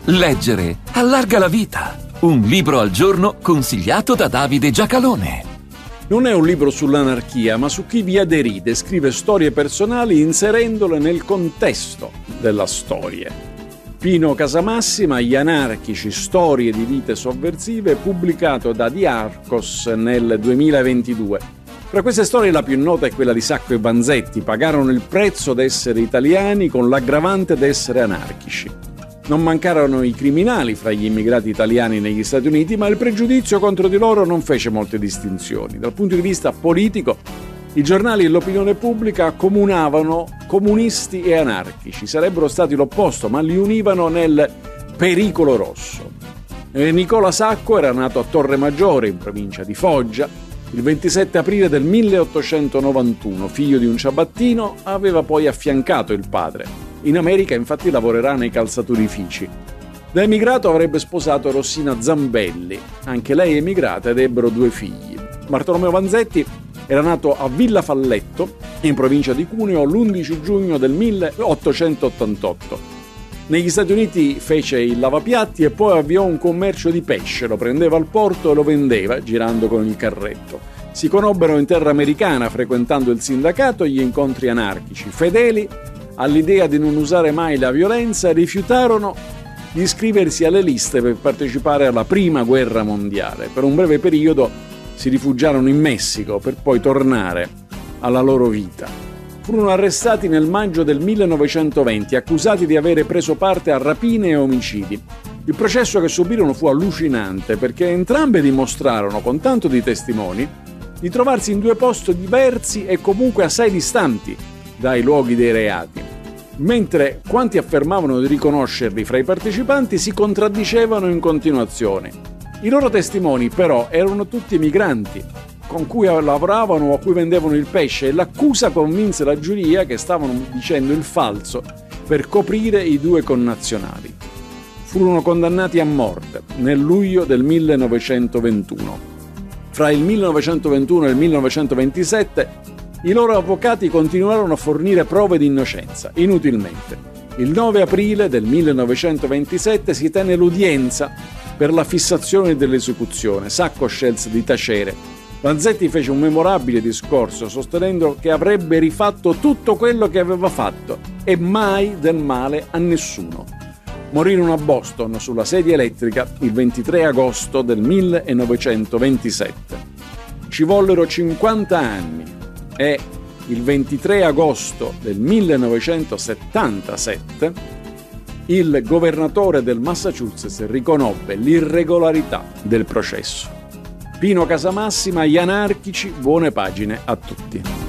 Leggere allarga la vita. Un libro al giorno consigliato da Davide Giacalone. Non è un libro sull'anarchia, ma su chi vi deride. Scrive storie personali inserendole nel contesto della storia. Pino Casamassima, Gli anarchici, storie di vite sovversive, pubblicato da Diarcos nel 2022. Tra queste storie la più nota è quella di Sacco e Vanzetti. Pagarono il prezzo d'essere italiani con l'aggravante d'essere anarchici. Non mancarono i criminali fra gli immigrati italiani negli Stati Uniti, ma il pregiudizio contro di loro non fece molte distinzioni. Dal punto di vista politico, i giornali e l'opinione pubblica accomunavano comunisti e anarchici. Sarebbero stati l'opposto, ma li univano nel pericolo rosso. Nicola Sacco era nato a Torremaggiore, in provincia di Foggia, il 27 aprile del 1891. Figlio di un ciabattino, aveva poi affiancato il padre. In America infatti lavorerà nei calzaturifici. Da emigrato avrebbe sposato Rossina Zambelli, anche lei emigrata, ed ebbero 2 figli. Bartolomeo Vanzetti era nato a Villa Falletto, in provincia di Cuneo, l'11 giugno del 1888. Negli Stati Uniti fece il lavapiatti e poi avviò un commercio di pesce, lo prendeva al porto e lo vendeva girando con il carretto. Si conobbero in terra americana frequentando il sindacato e gli incontri anarchici. Fedeli all'idea di non usare mai la violenza, rifiutarono di iscriversi alle liste per partecipare alla Prima Guerra Mondiale. Per un breve periodo si rifugiarono in Messico per poi tornare alla loro vita. Furono arrestati nel maggio del 1920, accusati di avere preso parte a rapine e omicidi. Il processo che subirono fu allucinante perché entrambe dimostrarono, con tanto di testimoni, di trovarsi in 2 posti diversi e comunque assai distanti dai luoghi dei reati, mentre quanti affermavano di riconoscerli fra i partecipanti si contraddicevano in continuazione. I loro testimoni però erano tutti migranti con cui lavoravano o a cui vendevano il pesce e l'accusa convinse la giuria che stavano dicendo il falso per coprire i 2 connazionali. Furono condannati a morte nel luglio del 1921. Fra il 1921 e il 1927 i loro avvocati continuarono a fornire prove di innocenza, inutilmente. Il 9 aprile del 1927 si tenne l'udienza per la fissazione dell'esecuzione. Sacco scelse di tacere. Vanzetti fece un memorabile discorso sostenendo che avrebbe rifatto tutto quello che aveva fatto e mai del male a nessuno. Morirono a Boston sulla sedia elettrica il 23 agosto del 1927. Ci vollero 50 anni. E il 23 agosto del 1977 il governatore del Massachusetts riconobbe l'irregolarità del processo. Pino Casamassima, Gli anarchici, buone pagine a tutti.